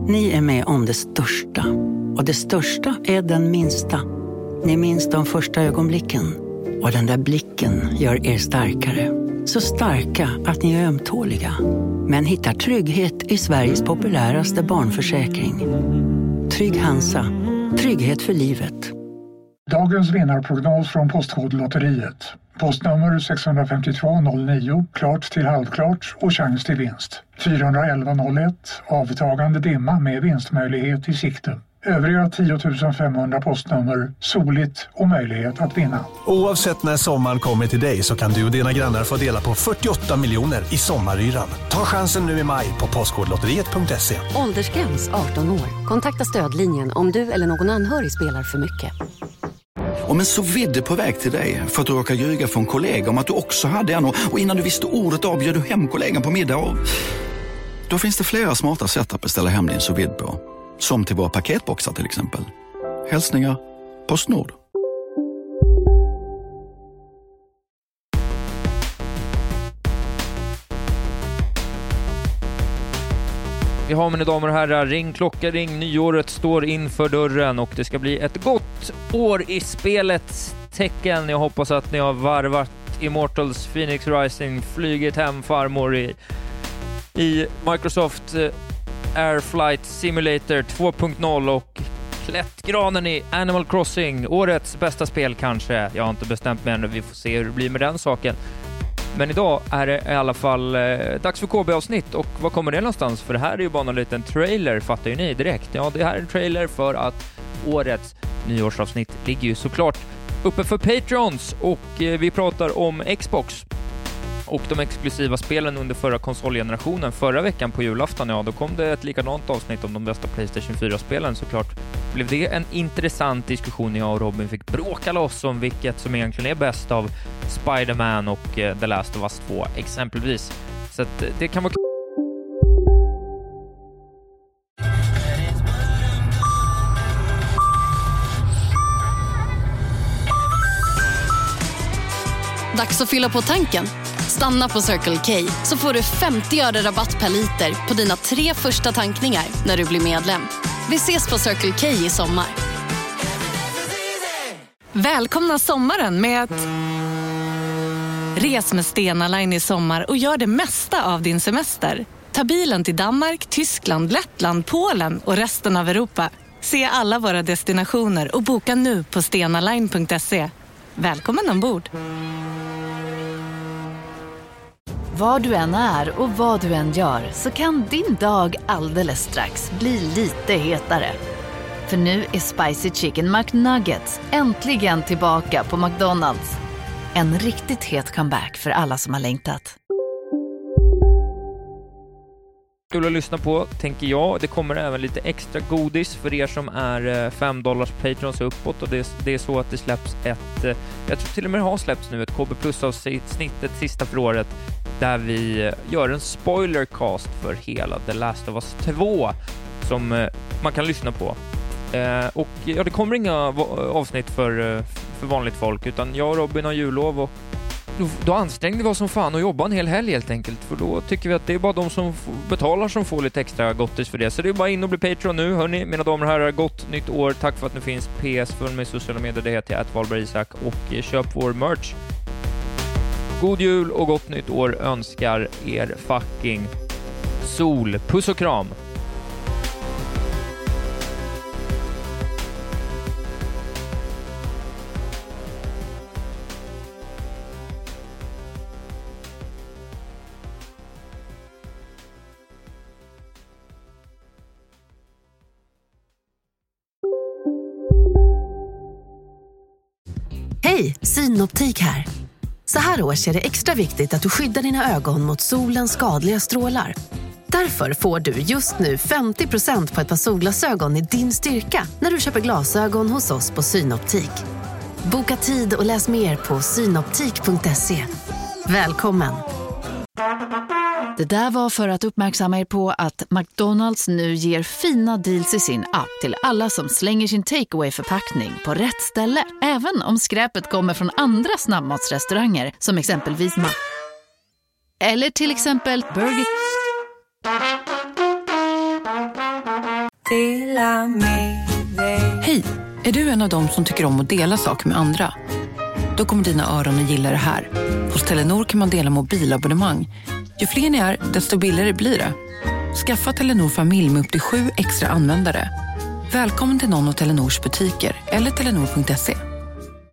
Ni är med om det största. Och det största är den minsta. Ni minns de första ögonblicken. Och den där blicken gör er starkare. Så starka att ni är ömtåliga. Men hittar trygghet i Sveriges populäraste barnförsäkring. Trygg Hansa. Trygghet för livet. Dagens vinnarprognos från Postkodlotteriet. Postnummer 65209, klart till halvklart och chans till vinst. 41101, avtagande dimma med vinstmöjlighet i sikte. Övriga 10 500 postnummer, soligt och möjlighet att vinna. Oavsett när sommaren kommer till dig så kan du och dina grannar få dela på 48 miljoner i sommaryran. Ta chansen nu i maj på postkodlotteriet.se. Åldersgräns 18 år. Kontakta stödlinjen om du eller någon anhörig spelar för mycket. Om en sous-vide på väg till dig för att du råkar ljuga för en kollega om att du också hade en och innan du visste ordet av bjöd du hem kollegan på middag och... Då finns det flera smarta sätt att beställa hem din sous-vide på. Som till våra paketboxar till exempel. Hälsningar PostNord. Vi har, mina damer och herrar, ring klocka ring. Nyåret står inför dörren och det ska bli ett gott år i spelets tecken. Jag hoppas att ni har varvat Immortals Phoenix Rising, flygit hem farmor i Microsoft Air Flight Simulator 2.0 och klättgranen i Animal Crossing. Årets bästa spel kanske. Jag har inte bestämt mig ännu. Vi får se hur det blir med den saken. Men idag är det i alla fall dags för KB-avsnitt. Och vad kommer det någonstans? För det här är ju bara en liten trailer, fattar ju ni direkt. Ja, det här är en trailer för att årets nyårsavsnitt ligger ju såklart uppe för Patreons. Och vi pratar om Xbox och de exklusiva spelen under förra konsolgenerationen. Förra veckan på julafton, ja, då kom det ett likadant avsnitt om de bästa PlayStation 4-spelen. Såklart blev det en intressant diskussion. Jag och Robin fick bråka loss om vilket som egentligen är bäst av Spider-Man och The Last of Us 2 exempelvis. Så att det kan vara Dags att fylla på tanken. Stanna på Circle K så får du 50 öre rabatt per liter på dina 3 första tankningar när du blir medlem. Vi ses på Circle K i sommar. Välkomna sommaren med att res med Stena Line i sommar och gör det mesta av din semester. Ta bilen till Danmark, Tyskland, Lettland, Polen och resten av Europa. Se alla våra destinationer och boka nu på stenaline.se. Välkommen ombord! Var du än är och vad du än gör så kan din dag alldeles strax bli lite hetare. För nu är Spicy Chicken McNuggets äntligen tillbaka på McDonald's. En riktigt het comeback för alla som har längtat. Kul att lyssna på, tänker jag. Det kommer även lite extra godis för er som är $5 Patrons uppåt. Och det är så att det släpps jag tror till och med det har släppts nu, ett KB Plus-avsnittet sista för året, där vi gör en spoilercast för hela The Last of Us 2 som man kan lyssna på. Och ja, det kommer inga avsnitt för vanligt folk, utan jag och Robin har jullov och då ansträngde vi oss som fan och jobba en hel helg helt enkelt, för då tycker vi att det är bara de som betalar som får lite extra gottis för det. Så det är bara in och bli Patreon nu, hörni, mina damer och herrar. Gott nytt år, tack för att ni finns. PS, följ mig i sociala medier, det heter jag @valbergisak, och köp vår merch. God jul och gott nytt år önskar er fucking Sol. Puss och kram. Hej, Synoptik här. Så här års är det extra viktigt att du skyddar dina ögon mot solens skadliga strålar. Därför får du just nu 50% på ett par solglasögon i din styrka när du köper glasögon hos oss på Synoptik. Boka tid och läs mer på synoptik.se. Välkommen! Det där var för att uppmärksamma er på att McDonald's nu ger fina deals i sin app till alla som slänger sin takeaway-förpackning på rätt ställe. Även om skräpet kommer från andra snabbmatsrestauranger som exempelvis eller till exempel Burger. Hej, är du en av dem som tycker om att dela saker med andra? Då kommer dina öron att gilla det här. Hos Telenor kan man dela mobilabonnemang. Ju fler ni är, desto billigare blir det. Skaffa Telenor familj med upp till 7 extra användare. Välkommen till någon av Telenors butiker eller telenor.se.